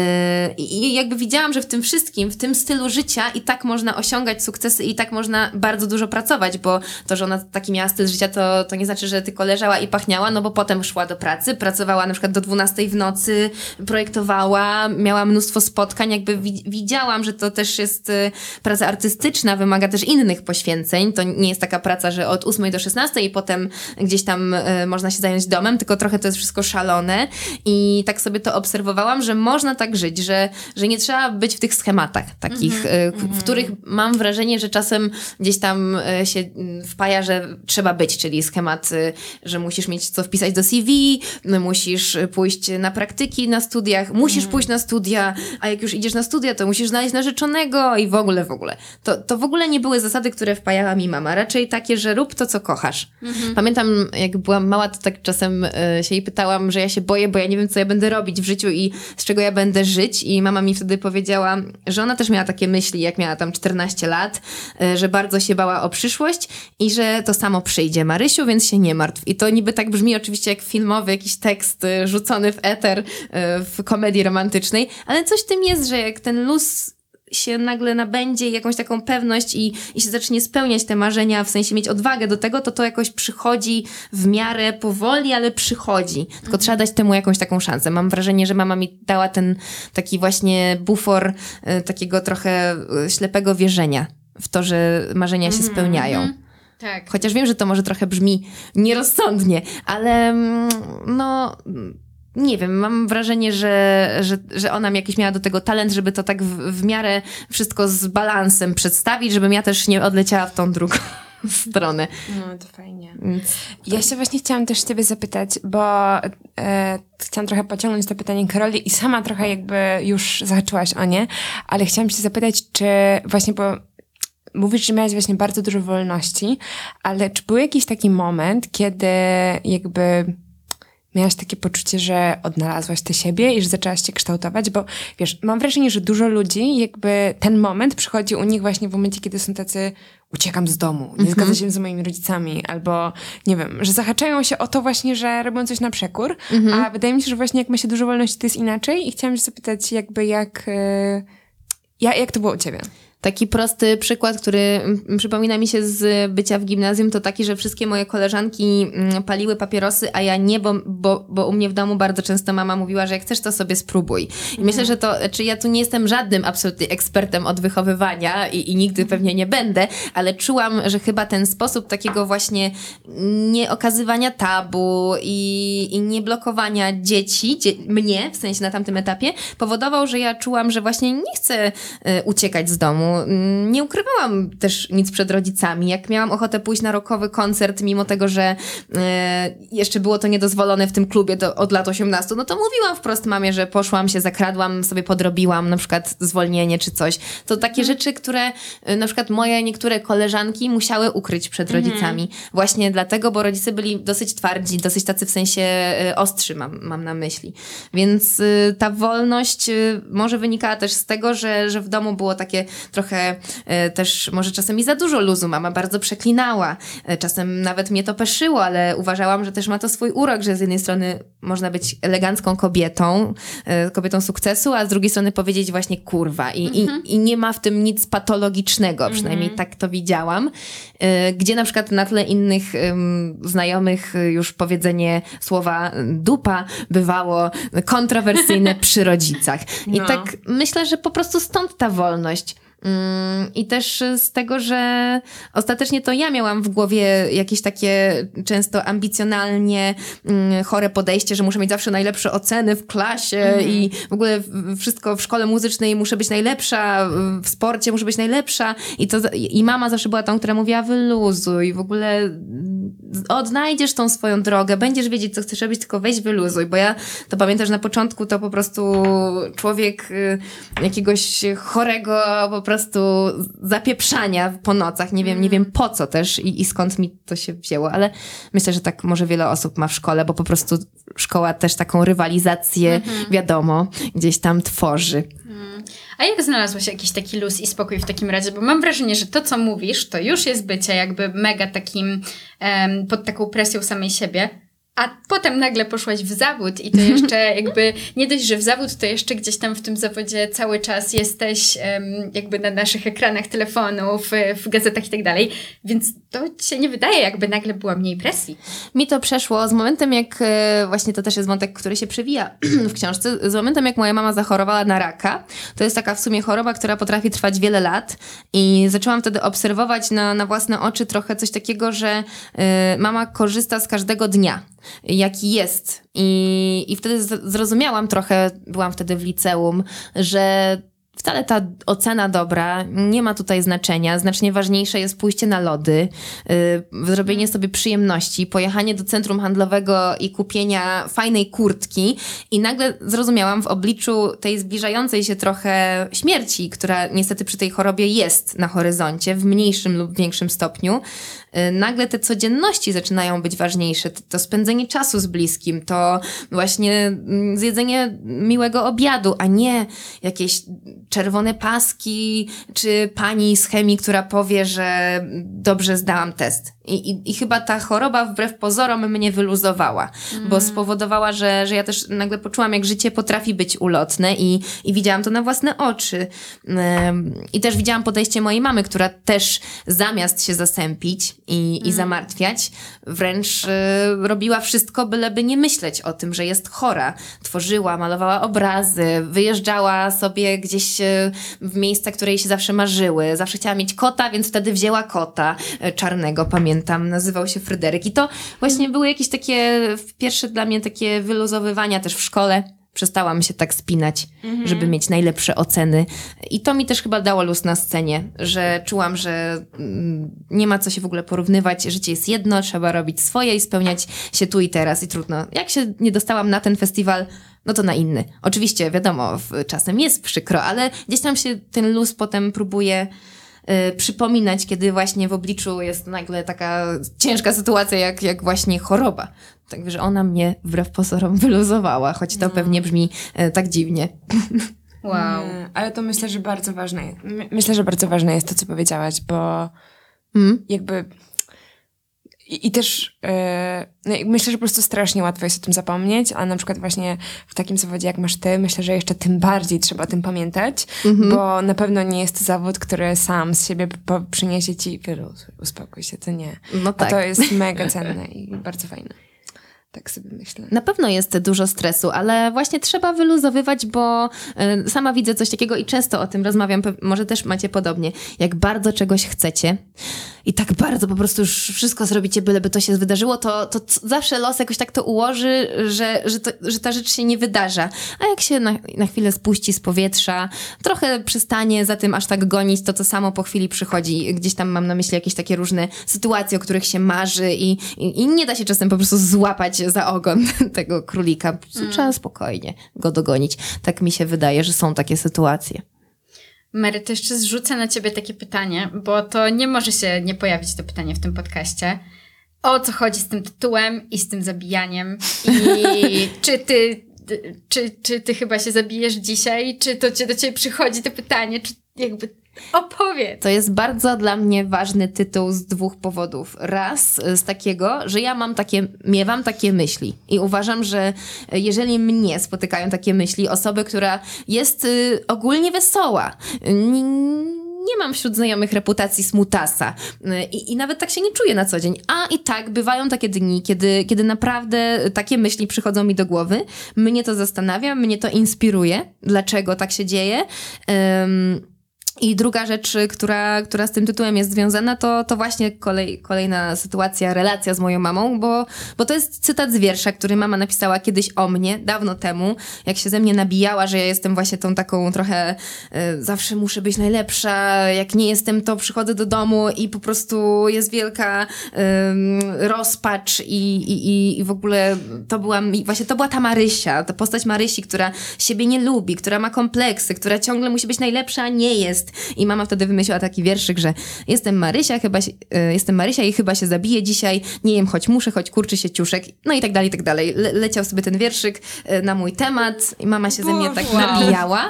[SPEAKER 3] i jakby widziałam, że w tym wszystkim, w tym stylu życia i tak można osiągać sukcesy i tak można bardzo dużo pracować, bo to, że ona taki miała styl życia, to nie znaczy, że tylko leżała i pachniała, no bo potem szła do pracy, pracowała na przykład do 12:00 w nocy, projektowała, miała mnóstwo spotkań, jakby widziałam, że to też jest praca artystyczna, wymaga też innych poświęceń, to nie jest taka praca, że od 8:00 do 16:00 i potem gdzieś tam można się zająć domem, tylko trochę to jest wszystko szalone i tak sobie to obserwowałam, że można tak żyć, że nie trzeba być w tych schematach takich, w których mam wrażenie, że czasem gdzieś tam się wpaja, że trzeba być, czyli schemat, że musisz mieć co wpisać do CV, musisz pójść na praktyki na studiach, musisz pójść na studia, a jak już idziesz na studia, to musisz znaleźć narzeczonego i w ogóle. To w ogóle nie były zasady, które wpajała mi mama. Raczej takie, że rób to, co kochasz. Pamiętam, jak byłam mała, to tak czasem się jej pytałam, że ja się boję, bo ja nie wiem, co ja będę robić w życiu i z czego ja będę żyć. I mama mi wtedy powiedziała, że ona też miała takie myśli, jak miała tam 14 lat, że bardzo się bała o przyszłość i że to samo przyjdzie, Marysiu, więc się nie martw. I to niby tak brzmi oczywiście jak filmowy jakiś tekst rzucony w eter w komedii romantycznej, ale coś w tym jest, że jak ten luz się nagle nabędzie jakąś taką pewność i się zacznie spełniać te marzenia, w sensie mieć odwagę do tego, to jakoś przychodzi w miarę powoli, ale przychodzi. Tylko trzeba dać temu jakąś taką szansę. Mam wrażenie, że mama mi dała ten taki właśnie bufor takiego trochę ślepego wierzenia w to, że marzenia się spełniają.
[SPEAKER 1] Tak.
[SPEAKER 3] Chociaż wiem, że to może trochę brzmi nierozsądnie, ale no nie wiem, mam wrażenie, że ona mi jakiś miała do tego talent, żeby to tak w miarę wszystko z balansem przedstawić, żebym ja też nie odleciała w tą drugą stronę.
[SPEAKER 2] No, to fajnie. Ja się właśnie chciałam też ciebie zapytać, bo chciałam trochę pociągnąć to pytanie Karoli i sama trochę jakby już zahaczyłaś o nie, ale chciałam się zapytać, czy właśnie, bo mówisz, że miałaś właśnie bardzo dużo wolności, ale czy był jakiś taki moment, kiedy jakby miałaś takie poczucie, że odnalazłaś te siebie i że zaczęłaś się kształtować? Bo wiesz, mam wrażenie, że dużo ludzi jakby ten moment przychodzi u nich właśnie w momencie, kiedy są tacy uciekam z domu, nie zgadzam się z moimi rodzicami, albo nie wiem, że zahaczają się o to właśnie, że robią coś na przekór, a wydaje mi się, że właśnie jak ma się dużo wolności, to jest inaczej i chciałam się zapytać jakby jak to było u ciebie?
[SPEAKER 3] Taki prosty przykład, który przypomina mi się z bycia w gimnazjum, to taki, że wszystkie moje koleżanki paliły papierosy, a ja nie, bo u mnie w domu bardzo często mama mówiła, że jak chcesz, to sobie spróbuj. I myślę, że ja tu nie jestem żadnym absolutnie ekspertem od wychowywania i nigdy pewnie nie będę, ale czułam, że chyba ten sposób takiego właśnie nie okazywania tabu i nie blokowania dzieci, mnie, w sensie na tamtym etapie, powodował, że ja czułam, że właśnie nie chcę uciekać z domu, Nie ukrywałam też nic przed rodzicami. Jak miałam ochotę pójść na rockowy koncert, mimo tego, że jeszcze było to niedozwolone w tym klubie od lat 18, no to mówiłam wprost mamie, że poszłam, się zakradłam, sobie podrobiłam na przykład zwolnienie czy coś. To takie rzeczy, które na przykład moje niektóre koleżanki musiały ukryć przed rodzicami. Właśnie dlatego, bo rodzice byli dosyć twardzi, dosyć tacy w sensie ostrzy mam na myśli. Więc ta wolność może wynikała też z tego, że w domu było takie trochę też może czasami za dużo luzu. Mama bardzo przeklinała. Czasem nawet mnie to peszyło, ale uważałam, że też ma to swój urok, że z jednej strony można być elegancką kobietą sukcesu, a z drugiej strony powiedzieć właśnie kurwa. I nie ma w tym nic patologicznego, przynajmniej tak to widziałam. Gdzie na przykład na tle innych znajomych już powiedzenie słowa dupa bywało kontrowersyjne przy rodzicach. I tak myślę, że po prostu stąd ta wolność. I też z tego, że ostatecznie to ja miałam w głowie jakieś takie często ambicjonalnie chore podejście, że muszę mieć zawsze najlepsze oceny w klasie i w ogóle wszystko w szkole muzycznej muszę być najlepsza, w sporcie muszę być najlepsza i mama zawsze była tą, która mówiła wyluzuj, w ogóle odnajdziesz tą swoją drogę, będziesz wiedzieć, co chcesz robić, tylko weź wyluzuj, bo ja to pamiętam, że na początku to po prostu człowiek jakiegoś chorego po prostu zapieprzania po nocach. Nie wiem po co też i skąd mi to się wzięło, ale myślę, że tak może wiele osób ma w szkole, bo po prostu szkoła też taką rywalizację, wiadomo, gdzieś tam tworzy.
[SPEAKER 1] A jak znalazłaś jakiś taki luz i spokój w takim razie? Bo mam wrażenie, że to, co mówisz, to już jest bycie jakby mega takim pod taką presją samej siebie. A potem nagle poszłaś w zawód i to jeszcze jakby nie dość, że w zawód, to jeszcze gdzieś tam w tym zawodzie cały czas jesteś jakby na naszych ekranach telefonów, w gazetach i tak dalej. Więc to ci się nie wydaje, jakby nagle była mniej presji.
[SPEAKER 3] Mi to przeszło z momentem, jak właśnie to też jest wątek, który się przewija w książce, z momentem, jak moja mama zachorowała na raka. To jest taka w sumie choroba, która potrafi trwać wiele lat i zaczęłam wtedy obserwować na własne oczy trochę coś takiego, że mama korzysta z każdego dnia, jaki jest. I wtedy zrozumiałam trochę, byłam wtedy w liceum, że wcale ta ocena dobra nie ma tutaj znaczenia. Znacznie ważniejsze jest pójście na lody, zrobienie sobie przyjemności, pojechanie do centrum handlowego i kupienia fajnej kurtki. I nagle zrozumiałam w obliczu tej zbliżającej się trochę śmierci, która niestety przy tej chorobie jest na horyzoncie, w mniejszym lub większym stopniu, nagle te codzienności zaczynają być ważniejsze. To spędzenie czasu z bliskim, to właśnie zjedzenie miłego obiadu, a nie jakieś czerwone paski, czy pani z chemii, która powie, że dobrze zdałam test. I chyba ta choroba wbrew pozorom mnie wyluzowała, bo spowodowała, że ja też nagle poczułam, jak życie potrafi być ulotne i widziałam to na własne oczy. I też widziałam podejście mojej mamy, która też zamiast się zasępić i zamartwiać, wręcz robiła wszystko, byleby nie myśleć o tym, że jest chora. Tworzyła, malowała obrazy, wyjeżdżała sobie gdzieś w miejsca, które jej się zawsze marzyły. Zawsze chciała mieć kota, więc wtedy wzięła kota czarnego, pamiętam, nazywał się Fryderyk. I to właśnie były jakieś takie pierwsze dla mnie takie wyluzowywania też w szkole. Przestałam się tak spinać, żeby mieć najlepsze oceny. I to mi też chyba dało luz na scenie, że czułam, że nie ma co się w ogóle porównywać. Życie jest jedno, trzeba robić swoje i spełniać się tu i teraz. I trudno. Jak się nie dostałam na ten festiwal, no to na inny. Oczywiście, wiadomo, czasem jest przykro, ale gdzieś tam się ten luz potem próbuje przypominać, kiedy właśnie w obliczu jest nagle taka ciężka sytuacja, jak właśnie choroba. Także ona mnie wbrew pozorom wyluzowała, choć to pewnie brzmi tak dziwnie.
[SPEAKER 1] Wow.
[SPEAKER 2] Ale to myślę, że bardzo ważne jest. Myślę, że bardzo ważne jest to, co powiedziałaś, bo jakby i też myślę, że po prostu strasznie łatwo jest o tym zapomnieć, a na przykład właśnie w takim zawodzie, jak masz ty, myślę, że jeszcze tym bardziej trzeba o tym pamiętać, bo na pewno nie jest to zawód, który sam z siebie przyniesie ci uspokój się, to nie.
[SPEAKER 3] No tak.
[SPEAKER 2] A to jest mega cenne i bardzo fajne. Tak sobie myślę.
[SPEAKER 3] Na pewno jest dużo stresu, ale właśnie trzeba wyluzowywać, bo sama widzę coś takiego i często o tym rozmawiam, może też macie podobnie. Jak bardzo czegoś chcecie i tak bardzo po prostu już wszystko zrobicie, byleby to się wydarzyło, to zawsze los jakoś tak to ułoży, że ta rzecz się nie wydarza. A jak się na chwilę spuści z powietrza, trochę przestanie za tym aż tak gonić, to samo po chwili przychodzi. Gdzieś tam mam na myśli jakieś takie różne sytuacje, o których się marzy i nie da się czasem po prostu złapać za ogon tego królika. Trzeba spokojnie go dogonić. Tak mi się wydaje, że są takie sytuacje.
[SPEAKER 1] Mary, to jeszcze zrzucę na ciebie takie pytanie, bo to nie może się nie pojawić to pytanie w tym podcaście. O co chodzi z tym tytułem i z tym zabijaniem? I czy ty chyba się zabijesz dzisiaj? Czy to do ciebie przychodzi to pytanie? Czy jakby opowiedz?
[SPEAKER 3] To jest bardzo dla mnie ważny tytuł z 2 powodów. Raz z takiego, że ja miewam takie myśli i uważam, że jeżeli mnie spotykają takie myśli, osoby, która jest ogólnie wesoła, nie mam wśród znajomych reputacji smutasa i nawet tak się nie czuję na co dzień. A i tak bywają takie dni, kiedy naprawdę takie myśli przychodzą mi do głowy. Mnie to zastanawia, mnie to inspiruje. Dlaczego tak się dzieje? I druga rzecz, która z tym tytułem jest związana, to właśnie kolejna sytuacja, relacja z moją mamą, bo to jest cytat z wiersza, który mama napisała kiedyś o mnie, dawno temu, jak się ze mnie nabijała, że ja jestem właśnie tą taką trochę zawsze muszę być najlepsza, jak nie jestem, to przychodzę do domu i po prostu jest wielka rozpacz i w ogóle to była ta Marysia, ta postać Marysi, która siebie nie lubi, która ma kompleksy, która ciągle musi być najlepsza, a nie jest. I mama wtedy wymyśliła taki wierszyk, że jestem Marysia i chyba się zabiję dzisiaj, nie jem choć muszę, choć kurczy się ciuszek, no i tak dalej, i tak dalej. Leciał sobie ten wierszyk na mój temat i mama się ze mnie tak nabijała.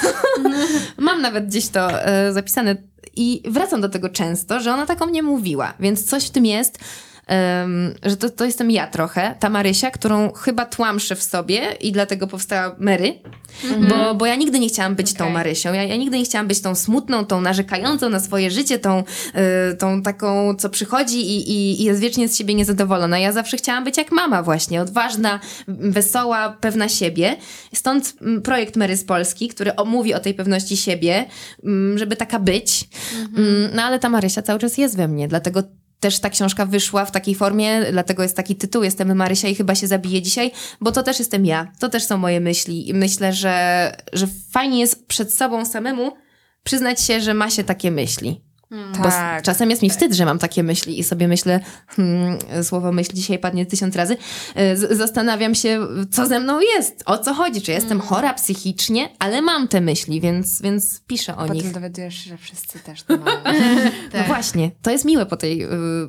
[SPEAKER 3] Mam nawet gdzieś to zapisane i wracam do tego często, że ona tak o mnie mówiła, więc coś w tym jest, że to jestem ja trochę, ta Marysia, którą chyba tłamszę w sobie i dlatego powstała Mary, bo ja nigdy nie chciałam być tą Marysią, ja nigdy nie chciałam być tą smutną, tą narzekającą na swoje życie, tą taką, co przychodzi i jest wiecznie z siebie niezadowolona. Ja zawsze chciałam być jak mama właśnie, odważna, wesoła, pewna siebie. Stąd projekt Mary z Polski, który mówi o tej pewności siebie, żeby taka być. No ale ta Marysia cały czas jest we mnie, dlatego też ta książka wyszła w takiej formie, dlatego jest taki tytuł, jestem Marysia i chyba się zabiję dzisiaj, bo to też jestem ja, to też są moje myśli i myślę, że fajnie jest przed sobą samemu przyznać się, że ma się takie myśli. Bo czasem jest mi wstyd, że mam takie myśli i sobie myślę, słowo myśl dzisiaj padnie 1000 razy, zastanawiam się, co ze mną jest, o co chodzi, czy jestem chora psychicznie, ale mam te myśli, więc piszę o nich.
[SPEAKER 2] Potem dowiadujesz się, że wszyscy też to mają.
[SPEAKER 3] No właśnie, to jest miłe po tej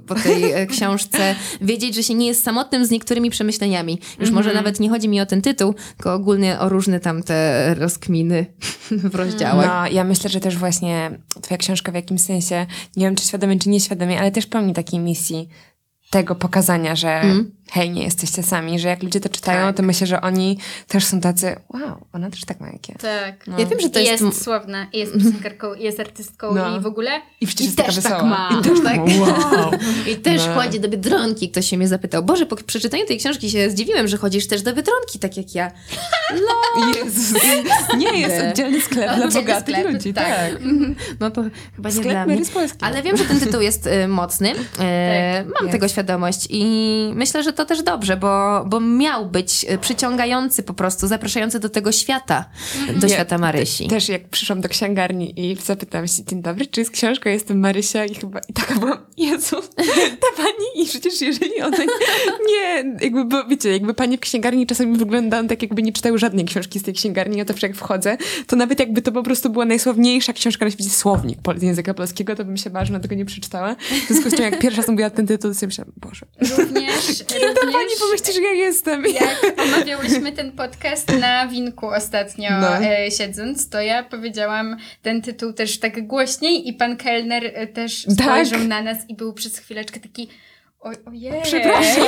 [SPEAKER 3] książce wiedzieć, że się nie jest samotnym z niektórymi przemyśleniami. Już może nawet nie chodzi mi o ten tytuł, tylko ogólnie o różne tam te rozkminy w rozdziałach.
[SPEAKER 2] No, ja myślę, że też właśnie twoja książka w jakimś sensie, nie wiem czy świadomie, czy nieświadomie, ale też pełni takiej misji tego pokazania, że hej, nie jesteście sami, że jak ludzie to czytają, to myślę, że oni też są tacy, wow, ona też tak ma jakie.
[SPEAKER 1] Tak.
[SPEAKER 3] No. Ja wiem, że to
[SPEAKER 1] jest słowna, i jest piosenkarką, i jest artystką i w ogóle.
[SPEAKER 2] I przecież jest
[SPEAKER 1] też
[SPEAKER 2] taka
[SPEAKER 1] tak ma.
[SPEAKER 2] I też tak. Wow.
[SPEAKER 3] I też chodzi do Biedronki. Ktoś się mnie zapytał. Boże, po przeczytaniu tej książki się zdziwiłem, że chodzisz też do Biedronki, tak jak ja.
[SPEAKER 2] Jezus. Nie jest oddzielny sklep dla bogatych ludzi, tak.
[SPEAKER 3] No to chyba nie
[SPEAKER 2] Sklep
[SPEAKER 3] dla mnie.
[SPEAKER 2] Mary z Polski.
[SPEAKER 3] Ale wiem, że ten tytuł jest mocny. Mam tego świadomość i myślę, że to też dobrze, bo miał być przyciągający po prostu, zapraszający do tego świata, do świata Marysi.
[SPEAKER 2] Też jak przyszłam do księgarni i zapytałam się, dzień dobry, czy jest książka, jestem Marysia i taka byłam, Jezu, ta pani i przecież jeżeli ona nie, jakby, bo wiecie, jakby panie w księgarni czasami wyglądają tak, jakby nie czytały żadnej książki z tej księgarni, ja zawsze jak wchodzę, to nawet jakby to po prostu była najsławniejsza książka na świecie, słownik języka polskiego, to bym się bała, że ona tego nie przeczytała. W związku z czym jak pierwsza raz mówiła ten tytuł, to sobie myślałam, Boże.
[SPEAKER 1] Również
[SPEAKER 2] ta pani pomyśli, że ja jestem.
[SPEAKER 1] Jak omawiałyśmy ten podcast na winku ostatnio siedząc, to ja powiedziałam ten tytuł też tak głośniej i pan kelner też spojrzał na nas i był przez chwileczkę taki Ojej.
[SPEAKER 2] Przepraszam.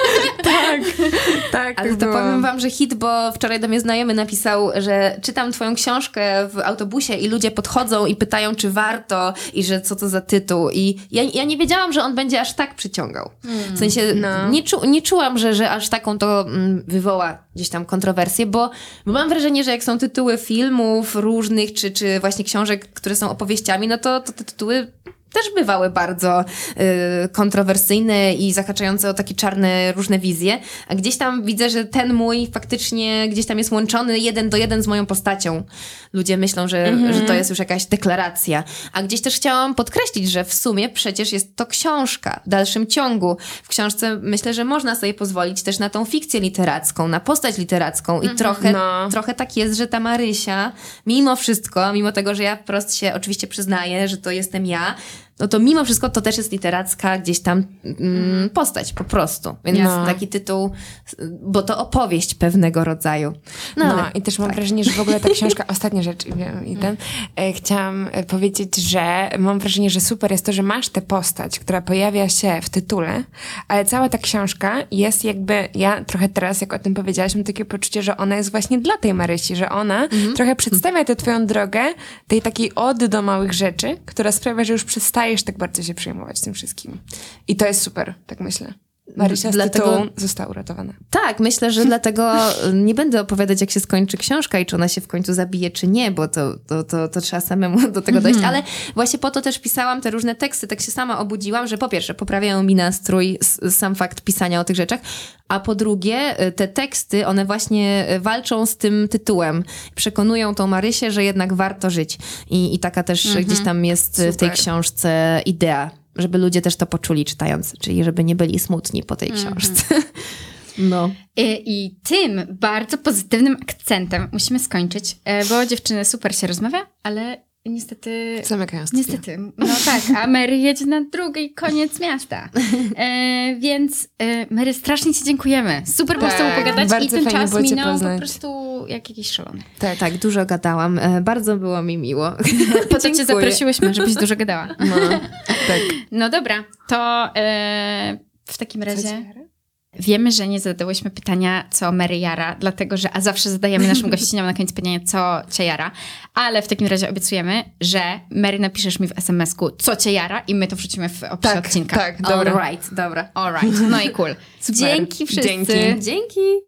[SPEAKER 2] tak.
[SPEAKER 3] Ale to powiem wam, że hit, bo wczoraj do mnie znajomy napisał, że czytam twoją książkę w autobusie i ludzie podchodzą i pytają, czy warto i że co to za tytuł. I ja nie wiedziałam, że on będzie aż tak przyciągał. W sensie nie czułam, że aż taką to wywoła gdzieś tam kontrowersję, bo mam wrażenie, że jak są tytuły filmów różnych, czy właśnie książek, które są opowieściami, no to te tytuły też bywały bardzo kontrowersyjne i zahaczające o takie czarne różne wizje, a gdzieś tam widzę, że ten mój faktycznie gdzieś tam jest łączony 1 do 1 z moją postacią. Ludzie myślą, że to jest już jakaś deklaracja. A gdzieś też chciałam podkreślić, że w sumie przecież jest to książka w dalszym ciągu. W książce myślę, że można sobie pozwolić też na tą fikcję literacką, na postać literacką i trochę tak jest, że ta Marysia, mimo wszystko, mimo tego, że ja wprost się oczywiście przyznaję, że to jestem ja, no to mimo wszystko to też jest literacka gdzieś tam postać po prostu. Więc taki tytuł, bo to opowieść pewnego rodzaju. Ale,
[SPEAKER 2] i też mam wrażenie, że w ogóle ta książka, ostatnia rzecz, chciałam powiedzieć, że mam wrażenie, że super jest to, że masz tę postać, która pojawia się w tytule, ale cała ta książka jest jakby, ja trochę teraz, jak o tym powiedziałaś, mam takie poczucie, że ona jest właśnie dla tej Marysi, że ona trochę przedstawia tę twoją drogę, tej takiej ody do małych rzeczy, która sprawia, że już przestajesz tak bardzo się przejmować tym wszystkim. I to jest super, tak myślę. Marysia z tytułu została uratowana.
[SPEAKER 3] Tak, myślę, że dlatego nie będę opowiadać, jak się skończy książka i czy ona się w końcu zabije, czy nie, bo to trzeba samemu do tego dojść. Ale właśnie po to też pisałam te różne teksty, tak się sama obudziłam, że po pierwsze poprawiają mi nastrój, sam fakt pisania o tych rzeczach, a po drugie te teksty, one właśnie walczą z tym tytułem. Przekonują tą Marysię, że jednak warto żyć. I taka też gdzieś tam jest w tej książce idea, żeby ludzie też to poczuli czytając, czyli żeby nie byli smutni po tej książce. No.
[SPEAKER 1] I tym bardzo pozytywnym akcentem musimy skończyć, bo dziewczyny super się rozmawia, ale niestety...
[SPEAKER 2] Zamykają studia.
[SPEAKER 1] Niestety, no tak, a Mary jedzie na drugi koniec miasta. Więc Mary, strasznie ci dziękujemy. Super było z tobą pogadać i ten czas minął po prostu jak jakiś szalony.
[SPEAKER 3] Tak, dużo gadałam. Bardzo było mi miło.
[SPEAKER 1] Po to cię zaprosiłyśmy, żebyś dużo gadała.
[SPEAKER 2] Tak.
[SPEAKER 1] No dobra, to w takim razie... Wiemy, że nie zadałyśmy pytania, co Mary jara, dlatego że, a zawsze zadajemy naszym gościniom na koniec pytanie, co cię jara, ale w takim razie obiecujemy, że Mary, napiszesz mi w SMS-ku, co cię jara i my to wrzucimy w opisie odcinka.
[SPEAKER 2] Tak, dobra.
[SPEAKER 3] All right.
[SPEAKER 1] No i cool.
[SPEAKER 2] Super.
[SPEAKER 1] Dzięki wszyscy.
[SPEAKER 3] Dzięki.